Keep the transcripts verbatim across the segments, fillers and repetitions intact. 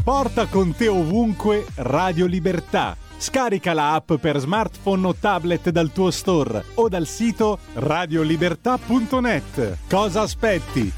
Porta con te ovunque Radio Libertà. Scarica la app per smartphone o tablet dal tuo store o dal sito radiolibertà punto net. Cosa aspetti?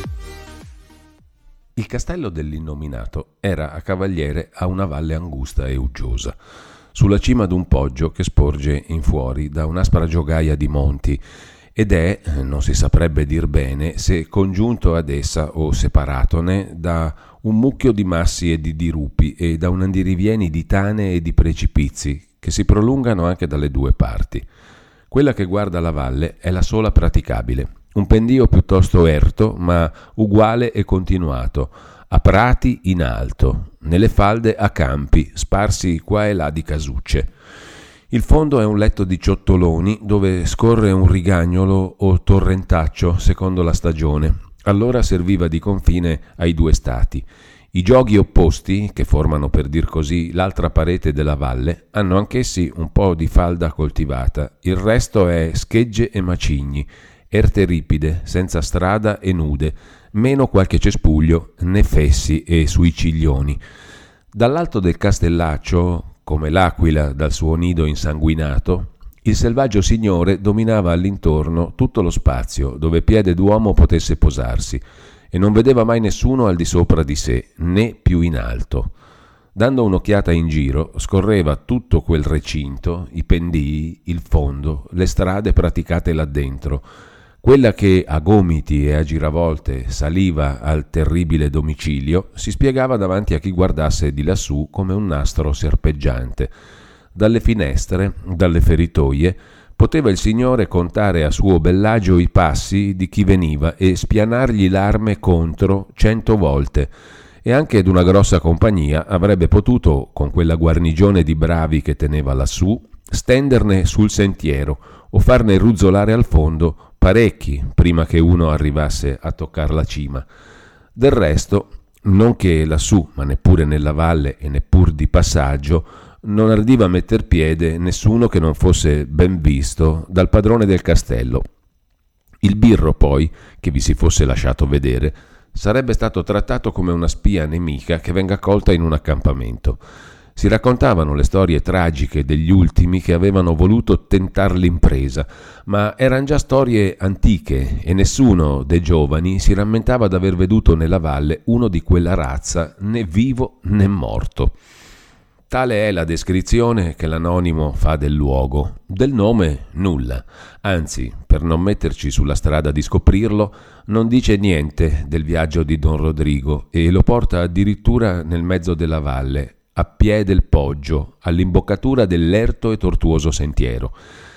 Il castello dell'innominato era a cavaliere a una valle angusta e uggiosa, sulla cima d'un poggio che sporge in fuori da un'aspra giogaia di monti ed è, non si saprebbe dir bene, se congiunto ad essa o separatone da un mucchio di massi e di dirupi e da un andirivieni di tane e di precipizi che si prolungano anche dalle due parti. Quella che guarda la valle è la sola praticabile, un pendio piuttosto erto ma uguale e continuato, a prati in alto, nelle falde a campi sparsi qua e là di casucce. Il fondo è un letto di ciottoloni dove scorre un rigagnolo o torrentaccio secondo la stagione. Allora serviva di confine ai due stati. I gioghi opposti, che formano per dir così l'altra parete della valle, hanno anch'essi un po' di falda coltivata. Il resto è schegge e macigni, erte ripide, senza strada e nude, meno qualche cespuglio, né fessi e sui ciglioni. Dall'alto del castellaccio, come l'aquila dal suo nido insanguinato, il selvaggio signore dominava all'intorno tutto lo spazio dove piede d'uomo potesse posarsi e non vedeva mai nessuno al di sopra di sé, né più in alto. Dando un'occhiata in giro, scorreva tutto quel recinto, i pendii, il fondo, le strade praticate là dentro, quella che a gomiti e a giravolte saliva al terribile domicilio si spiegava davanti a chi guardasse di lassù come un nastro serpeggiante. Dalle finestre, dalle feritoie, poteva il signore contare a suo bellagio i passi di chi veniva e spianargli l'arme contro cento volte, e anche d'una grossa compagnia avrebbe potuto, con quella guarnigione di bravi che teneva lassù, stenderne sul sentiero o farne ruzzolare al fondo parecchi prima che uno arrivasse a toccar la cima. Del resto, non che lassù, ma neppure nella valle e neppur di passaggio, non ardiva metter piede nessuno che non fosse ben visto dal padrone del castello. Il birro, poi, che vi si fosse lasciato vedere, sarebbe stato trattato come una spia nemica che venga colta in un accampamento. Si raccontavano le storie tragiche degli ultimi che avevano voluto tentar l'impresa, ma eran già storie antiche e nessuno dei giovani si rammentava d'aver veduto nella valle uno di quella razza, né vivo né morto. Tale è la descrizione che l'anonimo fa del luogo. Del nome nulla, anzi, per non metterci sulla strada di scoprirlo, non dice niente del viaggio di Don Rodrigo e lo porta addirittura nel mezzo della valle, a piè del poggio, all'imboccatura dell'erto e tortuoso sentiero.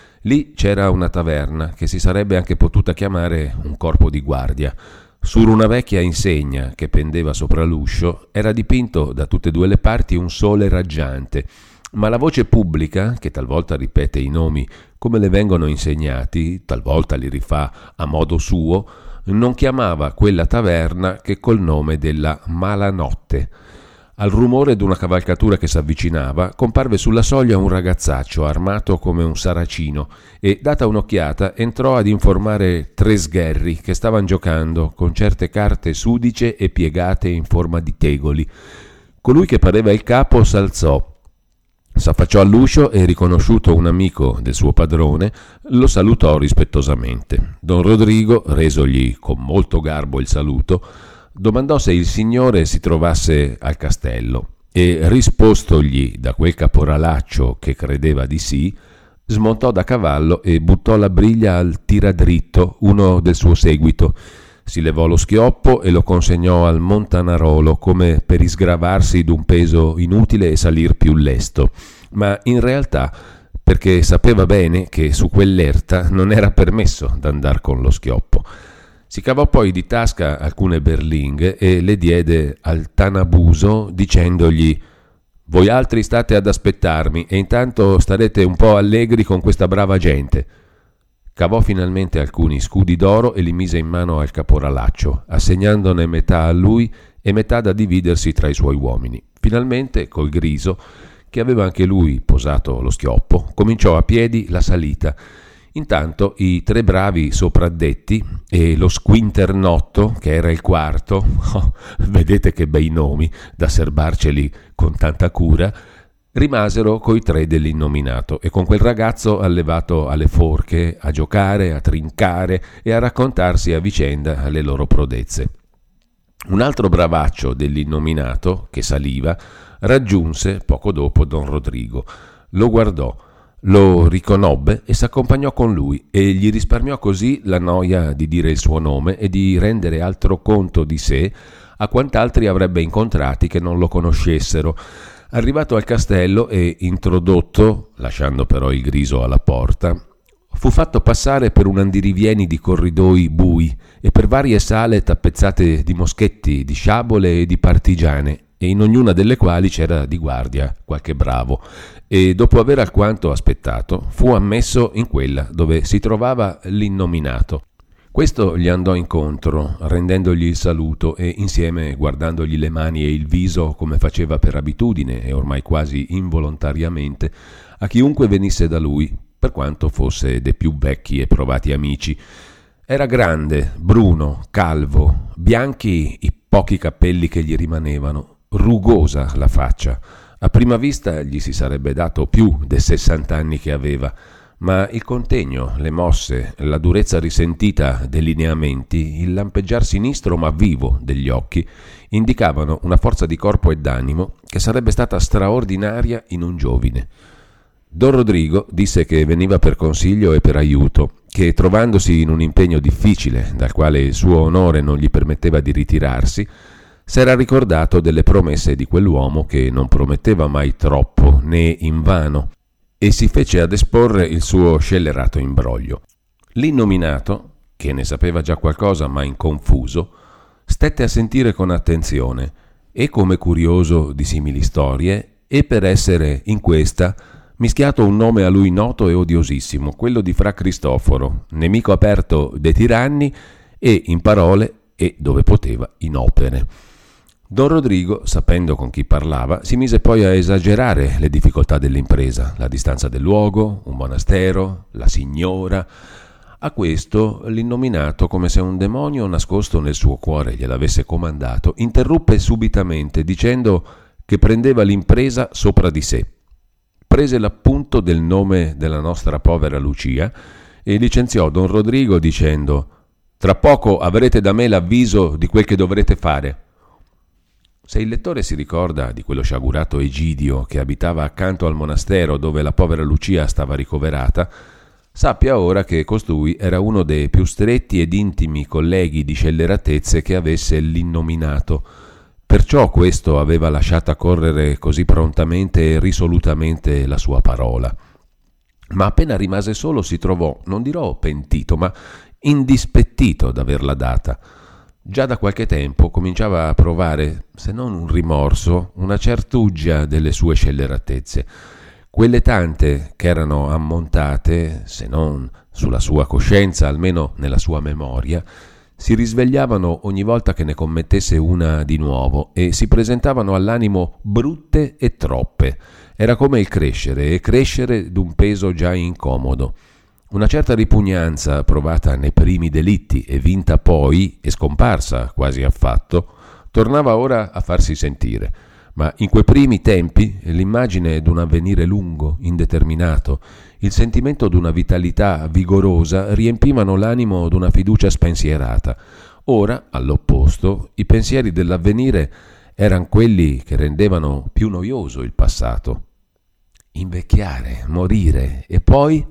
Lì c'era una taverna che si sarebbe anche potuta chiamare un corpo di guardia. Su una vecchia insegna che pendeva sopra l'uscio era dipinto da tutte e due le parti un sole raggiante, ma la voce pubblica, che talvolta ripete i nomi come le vengono insegnati, talvolta li rifà a modo suo, non chiamava quella taverna che col nome della Malanotte. Al rumore d'una cavalcatura che s'avvicinava, comparve sulla soglia un ragazzaccio armato come un saracino e, data un'occhiata, entrò ad informare tre sgherri che stavano giocando con certe carte sudice e piegate in forma di tegoli. Colui che pareva il capo s'alzò, s'affacciò all'uscio e, riconosciuto un amico del suo padrone, lo salutò rispettosamente. Don Rodrigo, resogli con molto garbo il saluto, domandò se il signore si trovasse al castello e, rispostogli da quel caporalaccio che credeva di sì, smontò da cavallo e buttò la briglia al tiradritto uno del suo seguito. Si levò lo schioppo e lo consegnò al montanarolo come per isgravarsi d'un peso inutile e salir più lesto, ma in realtà perché sapeva bene che su quell'erta non era permesso d'andar con lo schioppo. Si cavò poi di tasca alcune berlinghe e le diede al Tanabuso dicendogli: «Voi altri state ad aspettarmi e intanto starete un po' allegri con questa brava gente». Cavò finalmente alcuni scudi d'oro e li mise in mano al caporalaccio, assegnandone metà a lui e metà da dividersi tra i suoi uomini. Finalmente, col Griso, che aveva anche lui posato lo schioppo, cominciò a piedi la salita. Intanto i tre bravi sopravdetti e lo squinternotto, che era il quarto, oh, vedete che bei nomi da serbarceli con tanta cura, rimasero coi tre dell'innominato e con quel ragazzo allevato alle forche a giocare, a trincare e a raccontarsi a vicenda le loro prodezze. Un altro bravaccio dell'innominato, che saliva, raggiunse poco dopo Don Rodrigo. Lo guardò, lo riconobbe e s'accompagnò con lui e gli risparmiò così la noia di dire il suo nome e di rendere altro conto di sé a quant'altri avrebbe incontrati che non lo conoscessero. Arrivato al castello e introdotto, lasciando però il griso alla porta, fu fatto passare per un andirivieni di corridoi bui e per varie sale tappezzate di moschetti, di sciabole e di partigiane, e in ognuna delle quali c'era di guardia qualche bravo, e dopo aver alquanto aspettato fu ammesso in quella dove si trovava l'innominato. Questo gli andò incontro, rendendogli il saluto e insieme guardandogli le mani e il viso come faceva per abitudine e ormai quasi involontariamente a chiunque venisse da lui, per quanto fosse dei più vecchi e provati amici. Era grande, bruno, calvo, bianchi i pochi capelli che gli rimanevano, rugosa la faccia. A prima vista gli si sarebbe dato più dei sessant'anni che aveva, ma il contegno, le mosse, la durezza risentita dei lineamenti, il lampeggiar sinistro ma vivo degli occhi indicavano una forza di corpo e d'animo che sarebbe stata straordinaria in un giovine. Don Rodrigo disse che veniva per consiglio e per aiuto, che trovandosi in un impegno difficile dal quale il suo onore non gli permetteva di ritirarsi, s'era ricordato delle promesse di quell'uomo che non prometteva mai troppo né invano, e si fece ad esporre il suo scellerato imbroglio. L'innominato, che ne sapeva già qualcosa ma in confuso, stette a sentire con attenzione, e come curioso di simili storie, e per essere in questa mischiato un nome a lui noto e odiosissimo, quello di Fra Cristoforo, nemico aperto dei tiranni e, in parole, e dove poteva, in opere. Don Rodrigo, sapendo con chi parlava, si mise poi a esagerare le difficoltà dell'impresa, la distanza del luogo, un monastero, la signora. A questo l'innominato, come se un demonio nascosto nel suo cuore gliel'avesse comandato, interruppe subitamente dicendo che prendeva l'impresa sopra di sé. Prese l'appunto del nome della nostra povera Lucia e licenziò Don Rodrigo dicendo: «Tra poco avrete da me l'avviso di quel che dovrete fare». Se il lettore si ricorda di quello sciagurato Egidio che abitava accanto al monastero dove la povera Lucia stava ricoverata, sappia ora che costui era uno dei più stretti ed intimi colleghi di scelleratezze che avesse l'innominato. Perciò questo aveva lasciata correre così prontamente e risolutamente la sua parola. Ma appena rimase solo si trovò, non dirò pentito, ma indispettito d'averla data. Già da qualche tempo cominciava a provare, se non un rimorso, una certuggia delle sue scelleratezze. Quelle tante che erano ammontate, se non sulla sua coscienza, almeno nella sua memoria, si risvegliavano ogni volta che ne commettesse una di nuovo e si presentavano all'animo brutte e troppe. Era come il crescere e crescere d'un peso già incomodo. Una certa ripugnanza provata nei primi delitti e vinta poi e scomparsa quasi affatto, tornava ora a farsi sentire. Ma in quei primi tempi l'immagine d'un avvenire lungo, indeterminato, il sentimento d'una vitalità vigorosa riempivano l'animo d'una fiducia spensierata. Ora, all'opposto, i pensieri dell'avvenire erano quelli che rendevano più noioso il passato. Invecchiare, morire e poi...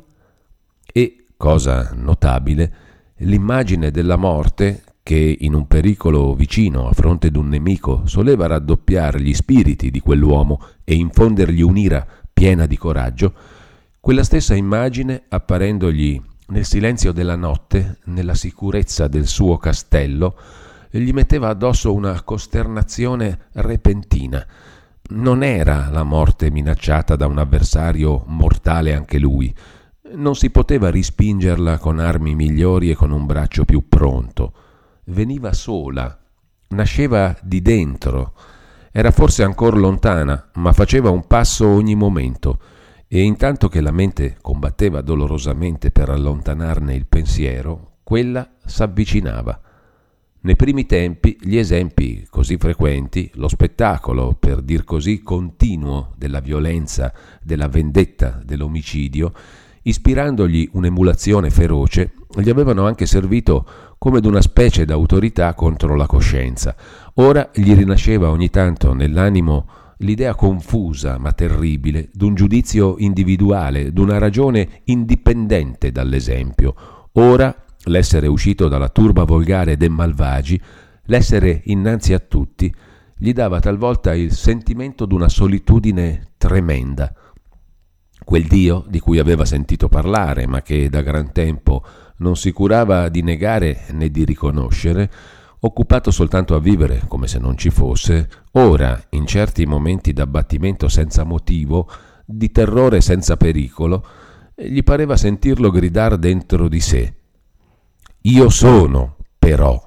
E, cosa notabile, l'immagine della morte, che in un pericolo vicino a fronte d'un nemico soleva raddoppiare gli spiriti di quell'uomo e infondergli un'ira piena di coraggio, quella stessa immagine, apparendogli nel silenzio della notte, nella sicurezza del suo castello, gli metteva addosso una costernazione repentina. Non era la morte minacciata da un avversario mortale anche lui. Non si poteva rispingerla con armi migliori e con un braccio più pronto. Veniva sola, nasceva di dentro, era forse ancor lontana, ma faceva un passo ogni momento, e intanto che la mente combatteva dolorosamente per allontanarne il pensiero, quella s'avvicinava. Nei primi tempi gli esempi così frequenti, lo spettacolo, per dir così, continuo della violenza, della vendetta, dell'omicidio, ispirandogli un'emulazione feroce, gli avevano anche servito come d'una specie d'autorità contro la coscienza. Ora gli rinasceva ogni tanto nell'animo l'idea confusa ma terribile d'un giudizio individuale, d'una ragione indipendente dall'esempio. Ora l'essere uscito dalla turba volgare dei malvagi, l'essere innanzi a tutti, gli dava talvolta il sentimento d'una solitudine tremenda. Quel Dio di cui aveva sentito parlare, ma che da gran tempo non si curava di negare né di riconoscere, occupato soltanto a vivere come se non ci fosse, ora, in certi momenti d'abbattimento senza motivo, di terrore senza pericolo, gli pareva sentirlo gridar dentro di sé: «Io sono, però».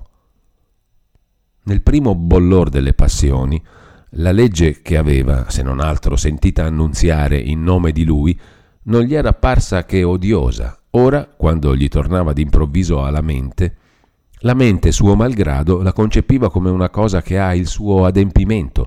Nel primo bollor delle passioni, la legge che aveva, se non altro, sentita annunziare in nome di lui, non gli era parsa che odiosa. Ora, quando gli tornava d'improvviso alla mente, la mente, suo malgrado, la concepiva come una cosa che ha il suo adempimento,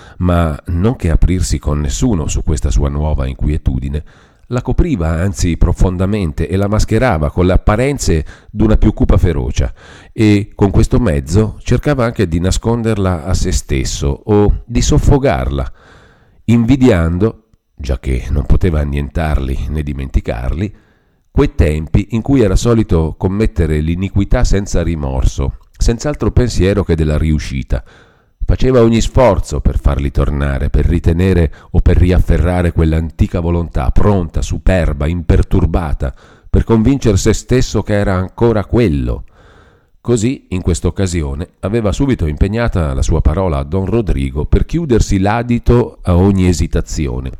ma non che aprirsi con nessuno su questa sua nuova inquietudine. La copriva anzi profondamente e la mascherava con le apparenze d'una più cupa ferocia, e con questo mezzo cercava anche di nasconderla a se stesso o di soffocarla, invidiando, giacché non poteva annientarli né dimenticarli, quei tempi in cui era solito commettere l'iniquità senza rimorso, senz'altro pensiero che della riuscita. Faceva ogni sforzo per farli tornare, per ritenere o per riafferrare quell'antica volontà, pronta, superba, imperturbata, per convincere se stesso che era ancora quello. Così, in quest'occasione, aveva subito impegnata la sua parola a Don Rodrigo per chiudersi l'adito a ogni esitazione.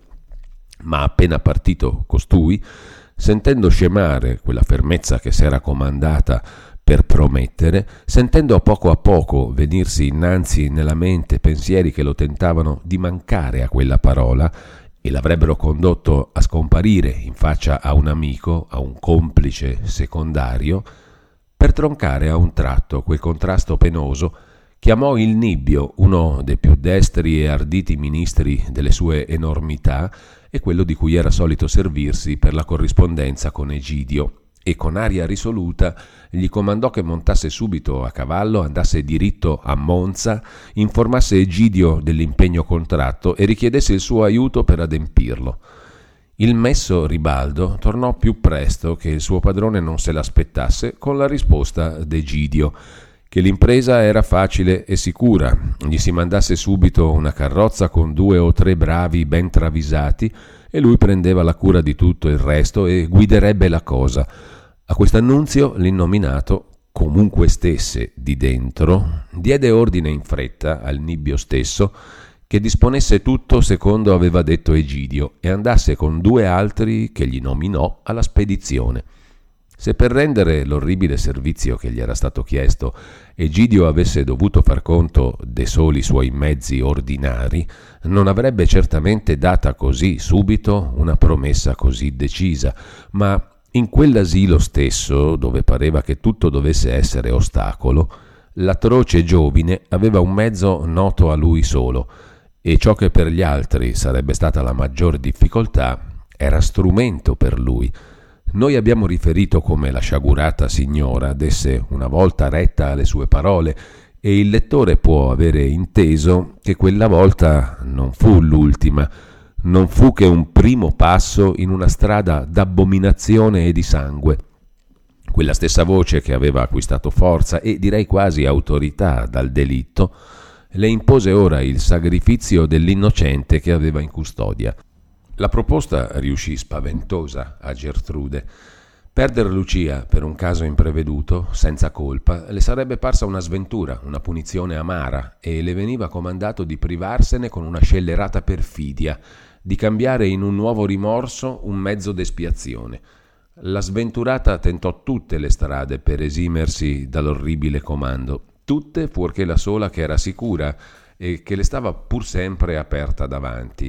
Ma appena partito costui, sentendo scemare quella fermezza che s'era comandata per promettere, sentendo a poco a poco venirsi innanzi nella mente pensieri che lo tentavano di mancare a quella parola e l'avrebbero condotto a scomparire in faccia a un amico, a un complice secondario, per troncare a un tratto quel contrasto penoso, chiamò il Nibbio, uno dei più destri e arditi ministri delle sue enormità e quello di cui era solito servirsi per la corrispondenza con Egidio, e con aria risoluta gli comandò che montasse subito a cavallo, andasse diritto a Monza, informasse Egidio dell'impegno contratto e richiedesse il suo aiuto per adempirlo. Il messo Ribaldo tornò più presto che il suo padrone non se l'aspettasse con la risposta d'Egidio, che l'impresa era facile e sicura, gli si mandasse subito una carrozza con due o tre bravi ben travisati e lui prendeva la cura di tutto il resto e guiderebbe la cosa. A quest'annunzio l'innominato, comunque stesse di dentro, diede ordine in fretta al Nibbio stesso che disponesse tutto secondo aveva detto Egidio e andasse con due altri che gli nominò alla spedizione. Se per rendere l'orribile servizio che gli era stato chiesto Egidio avesse dovuto far conto dei soli suoi mezzi ordinari, non avrebbe certamente data così subito una promessa così decisa, ma in quell'asilo stesso, dove pareva che tutto dovesse essere ostacolo, l'atroce giovine aveva un mezzo noto a lui solo, e ciò che per gli altri sarebbe stata la maggior difficoltà era strumento per lui. Noi abbiamo riferito come la sciagurata signora desse una volta retta alle sue parole, e il lettore può avere inteso che quella volta non fu l'ultima, non fu che un primo passo in una strada d'abominazione e di sangue. Quella stessa voce che aveva acquistato forza e direi quasi autorità dal delitto, le impose ora il sacrificio dell'innocente che aveva in custodia. La proposta riuscì spaventosa a Gertrude. Perdere Lucia per un caso impreveduto, senza colpa, le sarebbe parsa una sventura, una punizione amara, e le veniva comandato di privarsene con una scellerata perfidia, di cambiare in un nuovo rimorso un mezzo d'espiazione. La sventurata tentò tutte le strade per esimersi dall'orribile comando, tutte fuorché la sola che era sicura e che le stava pur sempre aperta davanti,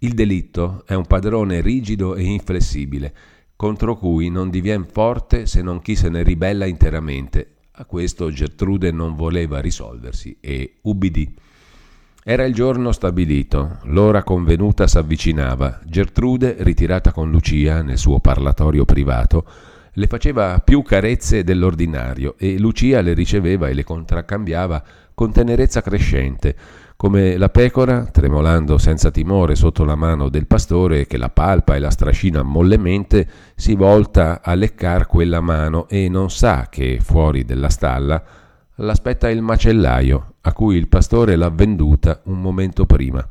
Il delitto è un padrone rigido e inflessibile, contro cui non divien forte se non chi se ne ribella interamente. A questo Gertrude non voleva risolversi e ubbidì. Era il giorno stabilito, l'ora convenuta s'avvicinava. Gertrude, ritirata con Lucia nel suo parlatorio privato, le faceva più carezze dell'ordinario e Lucia le riceveva e le contraccambiava con tenerezza crescente, come la pecora, tremolando senza timore sotto la mano del pastore che la palpa e la strascina mollemente, si volta a leccar quella mano e non sa che fuori della stalla l'aspetta il macellaio a cui il pastore l'ha venduta un momento prima.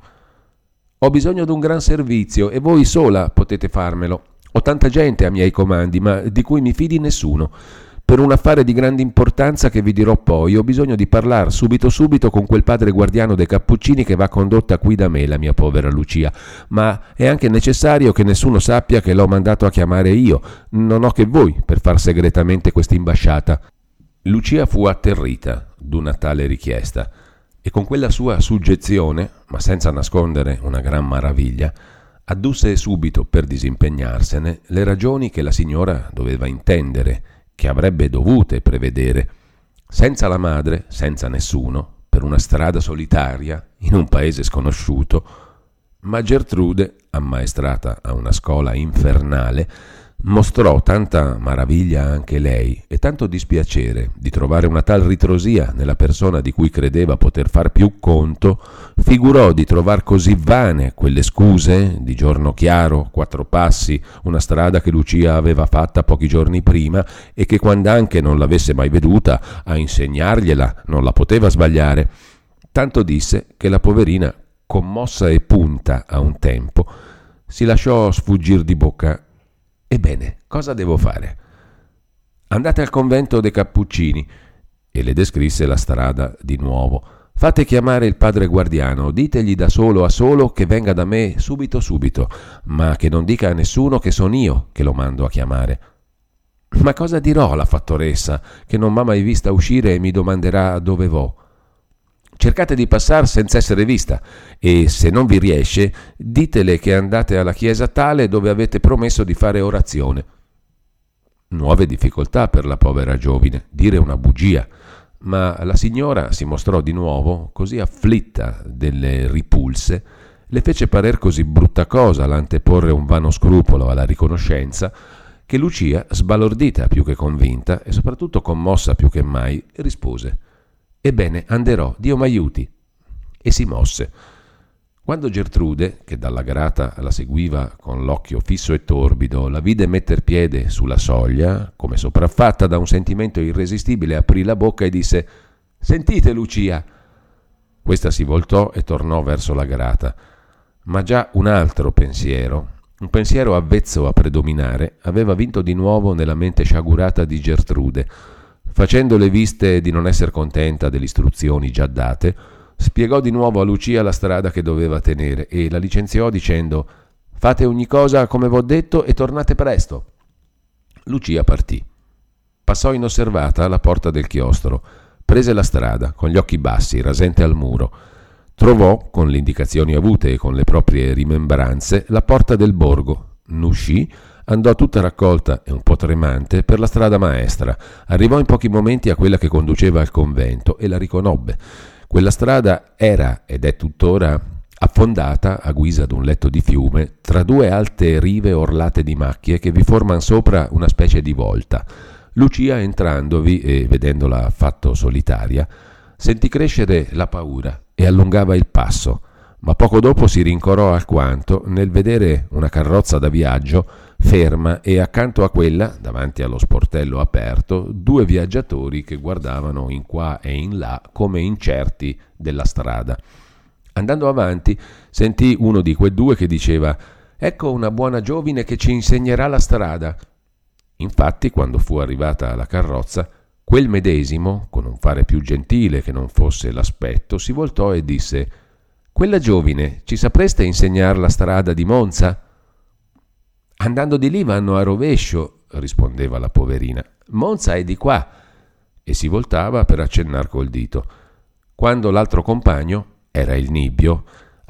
«Ho bisogno d'un gran servizio e voi sola potete farmelo. Ho tanta gente a miei comandi, ma di cui mi fidi nessuno. Per un affare di grande importanza che vi dirò poi, ho bisogno di parlar subito subito con quel padre guardiano dei Cappuccini che va condotta qui da me, la mia povera Lucia. Ma è anche necessario che nessuno sappia che l'ho mandato a chiamare io. Non ho che voi per far segretamente questa imbasciata». Lucia fu atterrita d'una tale richiesta e con quella sua suggezione, ma senza nascondere una gran maraviglia, addusse subito, per disimpegnarsene, le ragioni che la signora doveva intendere, che avrebbe dovute prevedere. Senza la madre, senza nessuno, per una strada solitaria, in un paese sconosciuto, ma Gertrude, ammaestrata a una scuola infernale, mostrò tanta maraviglia anche lei e tanto dispiacere di trovare una tal ritrosia nella persona di cui credeva poter far più conto, figurò di trovar così vane quelle scuse di giorno chiaro, quattro passi, una strada che Lucia aveva fatta pochi giorni prima e che quand'anche non l'avesse mai veduta, a insegnargliela non la poteva sbagliare. Tanto disse che la poverina, commossa e punta a un tempo, si lasciò sfuggir di bocca: «Ebbene, cosa devo fare?» «Andate al convento dei Cappuccini», e le descrisse la strada di nuovo. «Fate chiamare il padre guardiano, ditegli da solo a solo che venga da me subito subito, ma che non dica a nessuno che son io che lo mando a chiamare». «Ma cosa dirò alla fattoressa, che non m'ha mai vista uscire e mi domanderà dove vo?» «Cercate di passar senza essere vista e, se non vi riesce, ditele che andate alla chiesa tale dove avete promesso di fare orazione». Nuove difficoltà per la povera giovine, dire una bugia, ma la signora si mostrò di nuovo così afflitta delle ripulse, le fece parer così brutta cosa l'anteporre un vano scrupolo alla riconoscenza, che Lucia, sbalordita più che convinta e soprattutto commossa più che mai, rispose: «Ebbene, anderò, Dio m'aiuti», e si mosse. Quando Gertrude, che dalla grata la seguiva con l'occhio fisso e torbido, la vide metter piede sulla soglia, come sopraffatta da un sentimento irresistibile, aprì la bocca e disse: «Sentite, Lucia!» Questa si voltò e tornò verso la grata, ma già un altro pensiero, un pensiero avvezzo a predominare, aveva vinto di nuovo nella mente sciagurata di Gertrude. Facendo le viste di non essere contenta delle istruzioni già date, spiegò di nuovo a Lucia la strada che doveva tenere e la licenziò dicendo: «Fate ogni cosa come v'ho detto e tornate presto». Lucia partì. Passò inosservata alla porta del chiostro, prese la strada con gli occhi bassi, rasente al muro. Trovò, con le indicazioni avute e con le proprie rimembranze, la porta del borgo, n'uscì, andò tutta raccolta e un po' tremante per la strada maestra, arrivò in pochi momenti a quella che conduceva al convento e la riconobbe. Quella strada era ed è tuttora affondata a guisa d'un letto di fiume tra due alte rive orlate di macchie che vi formano sopra una specie di volta. Lucia, entrandovi e vedendola affatto solitaria, sentì crescere la paura e allungava il passo, ma poco dopo si rincorò alquanto nel vedere una carrozza da viaggio ferma e accanto a quella, davanti allo sportello aperto, due viaggiatori che guardavano in qua e in là come incerti della strada. Andando avanti sentì uno di quei due che diceva: «Ecco una buona giovine che ci insegnerà la strada». Infatti, quando fu arrivata la carrozza, quel medesimo, con un fare più gentile che non fosse l'aspetto, si voltò e disse: «Quella giovine, ci sapreste insegnar la strada di Monza?» «Andando di lì vanno a rovescio», rispondeva la poverina. «Monza è di qua», e si voltava per accennar col dito. Quando l'altro compagno, era il Nibbio,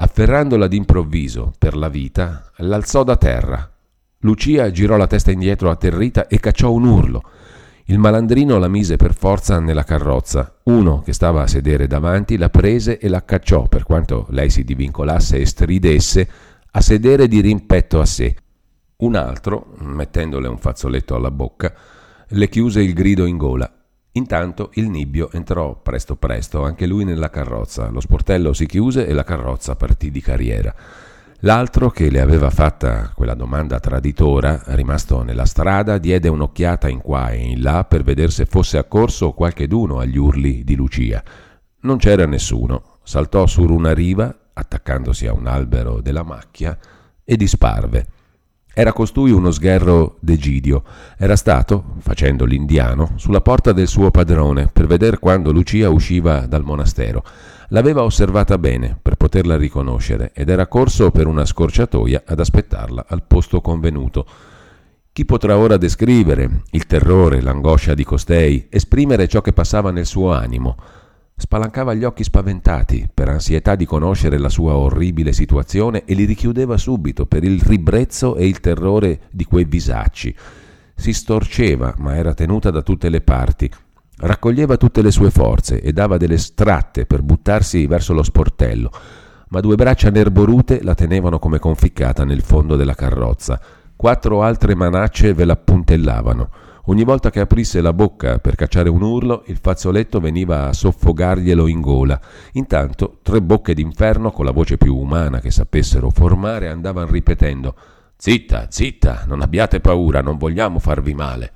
Afferrandola d'improvviso per la vita, l'alzò da terra. Lucia girò la testa indietro atterrita e cacciò un urlo. Il malandrino la mise per forza nella carrozza. Uno che stava a sedere davanti la prese e la cacciò, per quanto lei si divincolasse e stridesse, a sedere di rimpetto a sé. Un altro, mettendole un fazzoletto alla bocca, le chiuse il grido in gola. Intanto il Nibbio entrò presto presto anche lui nella carrozza. Lo sportello si chiuse e la carrozza partì di carriera. L'altro, che le aveva fatta quella domanda traditora, rimasto nella strada, diede un'occhiata in qua e in là per vedere se fosse accorso qualcheduno agli urli di Lucia. Non c'era nessuno. Saltò su una riva, attaccandosi a un albero della macchia, e disparve. Era costui uno sgherro d'Egidio. Era stato, facendo l'indiano, sulla porta del suo padrone per vedere quando Lucia usciva dal monastero. L'aveva osservata bene per poterla riconoscere ed era corso per una scorciatoia ad aspettarla al posto convenuto. Chi potrà ora descrivere il terrore, l'angoscia di costei, esprimere ciò che passava nel suo animo? Spalancava gli occhi spaventati per ansietà di conoscere la sua orribile situazione e li richiudeva subito per il ribrezzo e il terrore di quei visacci. Si storceva, ma era tenuta da tutte le parti. Raccoglieva tutte le sue forze e dava delle stratte per buttarsi verso lo sportello, ma due braccia nerborute la tenevano come conficcata nel fondo della carrozza. Quattro altre manacce ve la puntellavano. Ogni volta che aprisse la bocca per cacciare un urlo, il fazzoletto veniva a soffogarglielo in gola. Intanto tre bocche d'inferno, con la voce più umana che sapessero formare, andavano ripetendo: «Zitta, zitta, non abbiate paura, non vogliamo farvi male».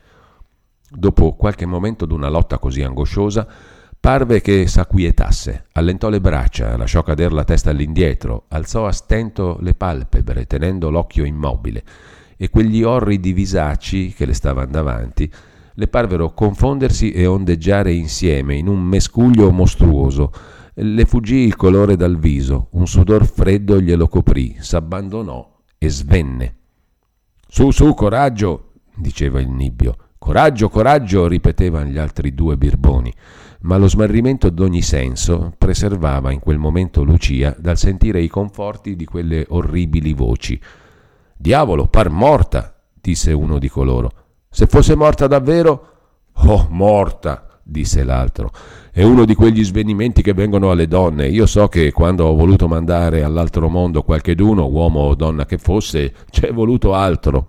Dopo qualche momento d'una lotta così angosciosa, parve che s'acquietasse, allentò le braccia, lasciò cadere la testa all'indietro, alzò a stento le palpebre, tenendo l'occhio immobile, e quegli orridi visacci che le stavano davanti le parvero confondersi e ondeggiare insieme in un mescuglio mostruoso. Le fuggì il colore dal viso, un sudor freddo glielo coprì, s'abbandonò e svenne. «Su, su, coraggio!» diceva il Nibbio. «Coraggio, coraggio!» ripetevano gli altri due birboni, ma lo smarrimento d'ogni senso preservava in quel momento Lucia dal sentire i conforti di quelle orribili voci. «Diavolo, par morta!» disse uno di coloro. «Se fosse morta davvero?» «Oh, morta!» disse l'altro. «È uno di quegli svenimenti che vengono alle donne. Io so che quando ho voluto mandare all'altro mondo qualcheduno, uomo o donna che fosse, c'è voluto altro».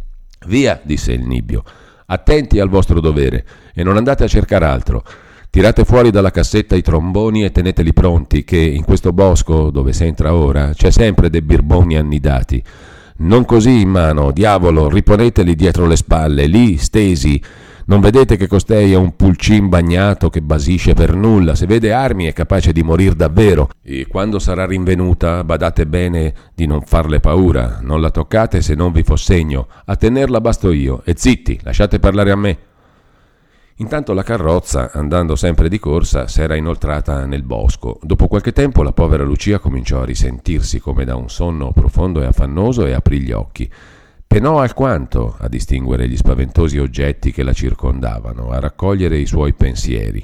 «Via!» disse il Nibbio. «Attenti al vostro dovere e non andate a cercare altro. Tirate fuori dalla cassetta i tromboni e teneteli pronti, che in questo bosco dove si entra ora c'è sempre dei birboni annidati. Non così in mano, diavolo, riponeteli dietro le spalle, lì stesi. Non vedete che costei è un pulcin bagnato che basisce per nulla? Se vede armi è capace di morir davvero. E quando sarà rinvenuta, badate bene di non farle paura. Non la toccate se non vi fo segno. A tenerla basto io. E zitti, lasciate parlare a me». Intanto la carrozza, andando sempre di corsa, s'era inoltrata nel bosco. Dopo qualche tempo la povera Lucia cominciò a risentirsi come da un sonno profondo e affannoso e aprì gli occhi. Penò alquanto a distinguere gli spaventosi oggetti che la circondavano, a raccogliere i suoi pensieri.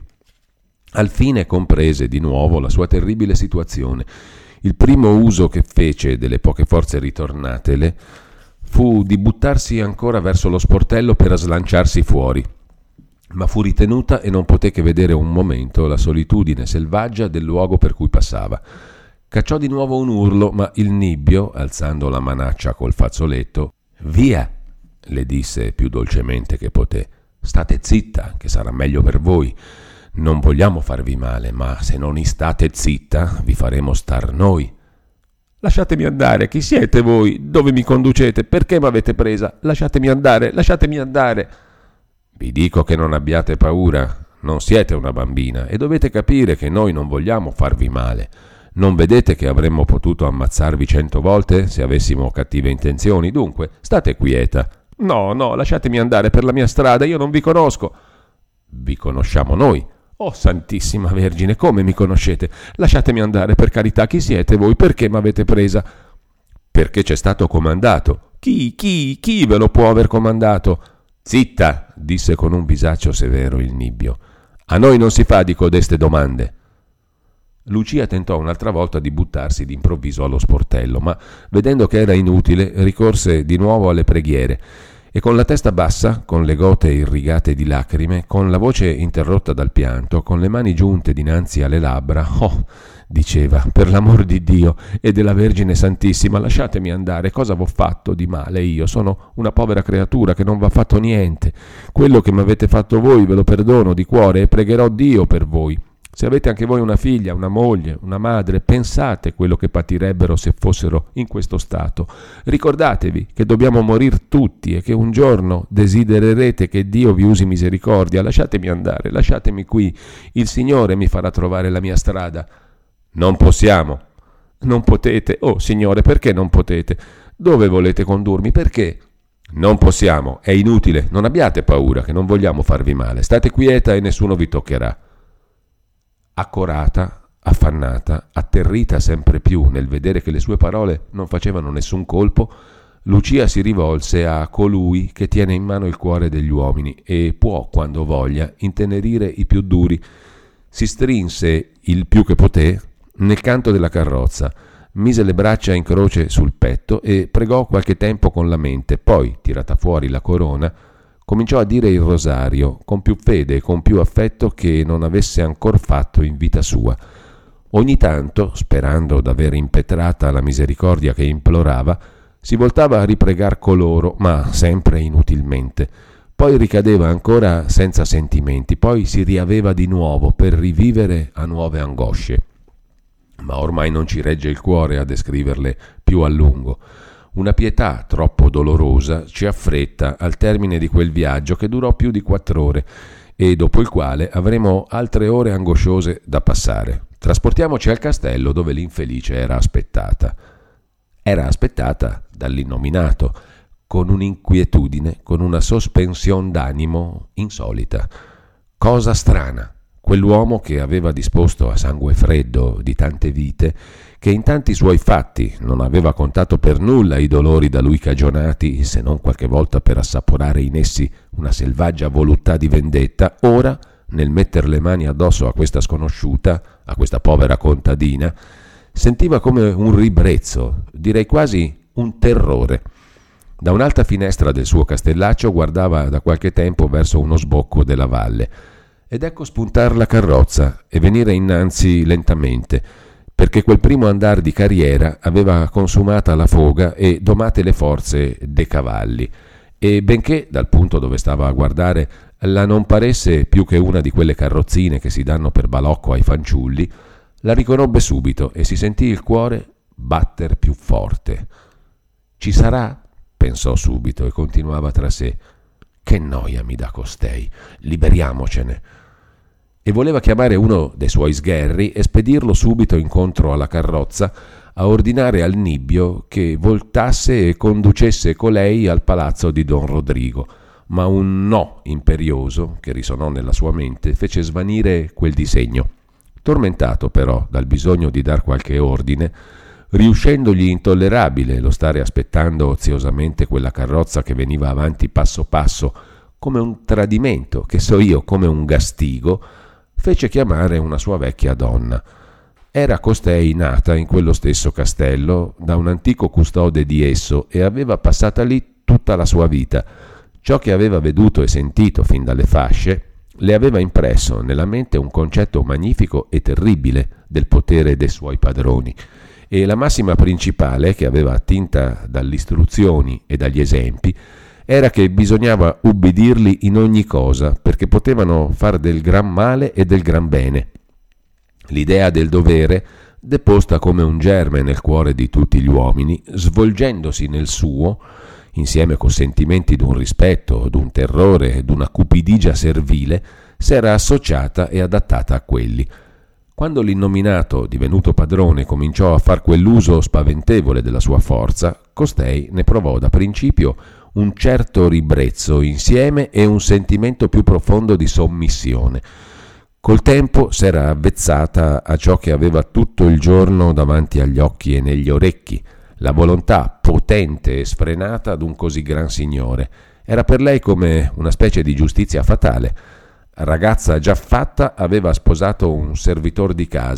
Alfine comprese di nuovo la sua terribile situazione. Il primo uso che fece delle poche forze ritornatele fu di buttarsi ancora verso lo sportello per slanciarsi fuori, ma fu ritenuta e non poté che vedere un momento la solitudine selvaggia del luogo per cui passava. Cacciò di nuovo un urlo, ma il Nibbio, alzando la manaccia col fazzoletto: «Via!» le disse più dolcemente che poté. «State zitta, che sarà meglio per voi. Non vogliamo farvi male, ma se non state zitta, vi faremo star noi». «Lasciatemi andare, chi siete voi? Dove mi conducete? Perché m'avete presa? Lasciatemi andare, lasciatemi andare». «Vi dico che non abbiate paura, non siete una bambina e dovete capire che noi non vogliamo farvi male. Non vedete che avremmo potuto ammazzarvi cento volte se avessimo cattive intenzioni? Dunque, state quieta». «No, no, lasciatemi andare per la mia strada, io non vi conosco». «Vi conosciamo noi». «Oh, Santissima Vergine, come mi conoscete? Lasciatemi andare, per carità, chi siete voi? Perché m'avete presa?» «Perché c'è stato comandato». «Chi, chi, chi ve lo può aver comandato?» «Zitta!» disse con un visaccio severo il Nibbio. «A noi non si fa di codeste domande». Lucia tentò un'altra volta di buttarsi d'improvviso allo sportello, ma vedendo che era inutile ricorse di nuovo alle preghiere e con la testa bassa, con le gote irrigate di lacrime, con la voce interrotta dal pianto, con le mani giunte dinanzi alle labbra, oh, diceva, per l'amor di Dio e della Vergine Santissima, lasciatemi andare, cosa v'ho fatto di male io? Sono una povera creatura che non v'ha fatto niente. Quello che m'avete fatto voi ve lo perdono di cuore e pregherò Dio per voi. Se avete anche voi una figlia, una moglie, una madre, pensate quello che patirebbero se fossero in questo stato. Ricordatevi che dobbiamo morir tutti e che un giorno desidererete che Dio vi usi misericordia. Lasciatemi andare, lasciatemi qui. Il Signore mi farà trovare la mia strada. Non possiamo. Non potete. Oh, Signore, perché non potete? Dove volete condurmi? Perché? Non possiamo. È inutile. Non abbiate paura, che non vogliamo farvi male. State quieta e nessuno vi toccherà. Accorata, affannata, atterrita sempre più nel vedere che le sue parole non facevano nessun colpo, Lucia si rivolse a colui che tiene in mano il cuore degli uomini e può, quando voglia, intenerire i più duri. Si strinse il più che poté nel canto della carrozza, mise le braccia in croce sul petto e pregò qualche tempo con la mente, poi, tirata fuori la corona, cominciò a dire il rosario con più fede e con più affetto che non avesse ancor fatto in vita sua. Ogni tanto, sperando d'aver impetrata la misericordia che implorava, si voltava a ripregar coloro, ma sempre inutilmente. Poi ricadeva ancora senza sentimenti, poi si riaveva di nuovo per rivivere a nuove angosce. Ma ormai non ci regge il cuore a descriverle più a lungo. Una pietà troppo dolorosa ci affretta al termine di quel viaggio che durò più di quattro ore e dopo il quale avremo altre ore angosciose da passare. Trasportiamoci al castello dove l'infelice era aspettata. Era aspettata dall'innominato, con un'inquietudine, con una sospensione d'animo insolita. Cosa strana! Quell'uomo che aveva disposto a sangue freddo di tante vite, che in tanti suoi fatti non aveva contato per nulla i dolori da lui cagionati, se non qualche volta per assaporare in essi una selvaggia voluttà di vendetta, ora, nel metter le mani addosso a questa sconosciuta, a questa povera contadina, sentiva come un ribrezzo, direi quasi un terrore. Da un'alta finestra del suo castellaccio guardava da qualche tempo verso uno sbocco della valle, ed ecco spuntar la carrozza e venire innanzi lentamente, perché quel primo andar di carriera aveva consumata la foga e domate le forze dei cavalli, e benché dal punto dove stava a guardare la non paresse più che una di quelle carrozzine che si danno per balocco ai fanciulli, la riconobbe subito e si sentì il cuore batter più forte. Ci sarà? Pensò subito e continuava tra sé. Che noia mi dà costei, liberiamocene. E voleva chiamare uno dei suoi sgherri e spedirlo subito incontro alla carrozza a ordinare al nibbio che voltasse e conducesse colei al palazzo di Don Rodrigo, ma un no imperioso che risonò nella sua mente fece svanire quel disegno. Tormentato però dal bisogno di dar qualche ordine, riuscendogli intollerabile lo stare aspettando oziosamente quella carrozza che veniva avanti passo passo come un tradimento, che so io, come un gastigo, fece chiamare una sua vecchia donna. Era costei nata in quello stesso castello da un antico custode di esso e aveva passata lì tutta la sua vita. Ciò che aveva veduto e sentito fin dalle fasce le aveva impresso nella mente un concetto magnifico e terribile del potere dei suoi padroni, e la massima principale che aveva attinta dalle istruzioni e dagli esempi era che bisognava ubbidirli in ogni cosa, perché potevano far del gran male e del gran bene. L'idea del dovere, deposta come un germe nel cuore di tutti gli uomini, svolgendosi nel suo, insieme con sentimenti d'un rispetto, d'un terrore, d'una cupidigia servile, s'era associata e adattata a quelli. Quando l'innominato, divenuto padrone, cominciò a far quell'uso spaventevole della sua forza, costei ne provò da principio un certo ribrezzo insieme e un sentimento più profondo di sommissione. Col tempo s'era avvezzata a ciò che aveva tutto il giorno davanti agli occhi e negli orecchi, la volontà potente e sfrenata d'un così gran signore. Era per lei come una specie di giustizia fatale. Ragazza già fatta, aveva sposato un servitor di casa,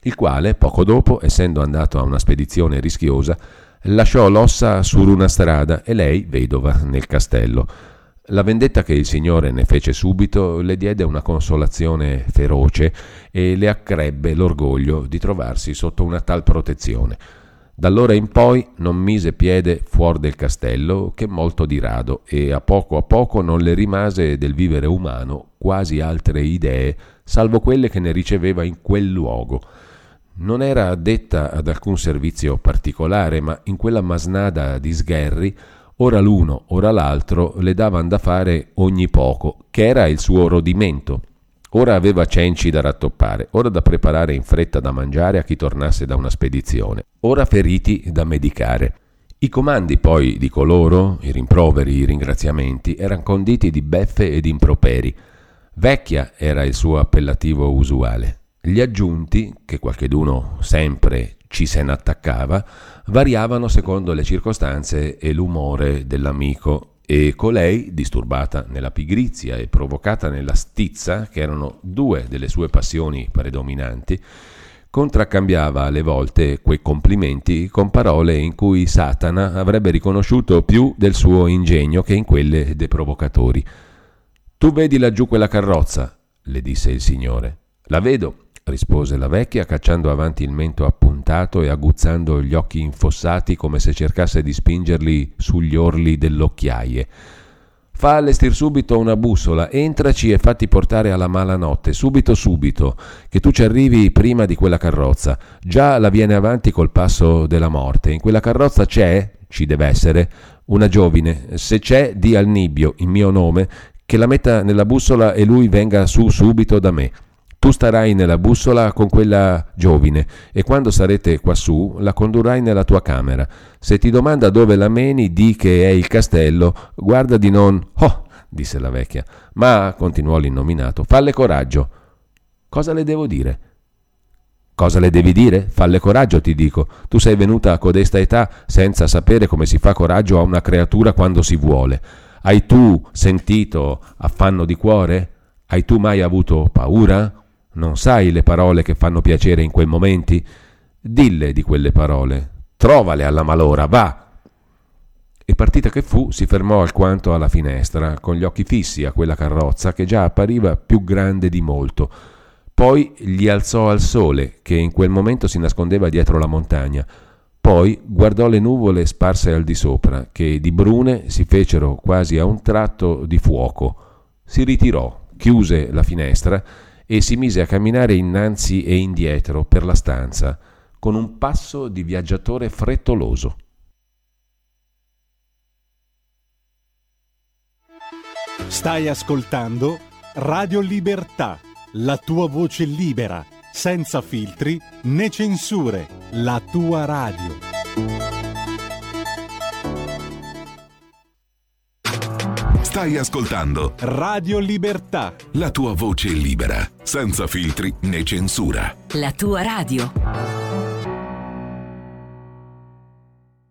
il quale, poco dopo, essendo andato a una spedizione rischiosa, lasciò l'ossa su una strada e lei, vedova, nel castello. La vendetta che il Signore ne fece subito le diede una consolazione feroce e le accrebbe l'orgoglio di trovarsi sotto una tal protezione. D'allora in poi non mise piede fuori del castello che molto di rado, e a poco a poco non le rimase del vivere umano quasi altre idee, salvo quelle che ne riceveva in quel luogo. Non era addetta ad alcun servizio particolare, ma in quella masnada di sgherri, ora l'uno, ora l'altro, le davan da fare ogni poco, che era il suo rodimento. Ora aveva cenci da rattoppare, ora da preparare in fretta da mangiare a chi tornasse da una spedizione, ora feriti da medicare. I comandi poi di coloro, i rimproveri, i ringraziamenti, eran conditi di beffe e di improperi. Vecchia era il suo appellativo usuale. Gli aggiunti, che qualcheduno sempre ci se ne attaccava, variavano secondo le circostanze e l'umore dell'amico, e colei, disturbata nella pigrizia e provocata nella stizza, che erano due delle sue passioni predominanti, contraccambiava alle volte quei complimenti con parole in cui Satana avrebbe riconosciuto più del suo ingegno che in quelle dei provocatori. «Tu vedi laggiù quella carrozza?» le disse il Signore. «La vedo», rispose la vecchia, cacciando avanti il mento appuntato e aguzzando gli occhi infossati come se cercasse di spingerli sugli orli dell'occhiaie. «Fa allestir subito una bussola, entraci e fatti portare alla malanotte, subito subito, che tu ci arrivi prima di quella carrozza. Già la viene avanti col passo della morte. In quella carrozza c'è, ci deve essere, una giovine. Se c'è, di al Nibbio, in mio nome, che la metta nella bussola e lui venga su subito da me. Tu starai nella bussola con quella giovine e quando sarete quassù la condurrai nella tua camera. Se ti domanda dove la meni, di che è il castello, guarda di non...» «Oh!» disse la vecchia. «Ma», continuò l'innominato, «falle coraggio». «Cosa le devo dire?» «Cosa le devi dire? Falle coraggio, ti dico. Tu sei venuta a codesta età senza sapere come si fa coraggio a una creatura quando si vuole. Hai tu sentito affanno di cuore? Hai tu mai avuto paura? Non sai le parole che fanno piacere in quei momenti? Dille di quelle parole. Trovale alla malora, va!» E partita che fu, si fermò alquanto alla finestra, con gli occhi fissi a quella carrozza che già appariva più grande di molto. Poi gli alzò al sole, che in quel momento si nascondeva dietro la montagna. Poi guardò le nuvole sparse al di sopra, che di brune si fecero quasi a un tratto di fuoco. Si ritirò, chiuse la finestra e si mise a camminare innanzi e indietro per la stanza, con un passo di viaggiatore frettoloso. Stai ascoltando Radio Libertà, la tua voce libera, senza filtri né censure, la tua radio. Stai ascoltando Radio Libertà, la tua voce libera, senza filtri né censura. La tua radio.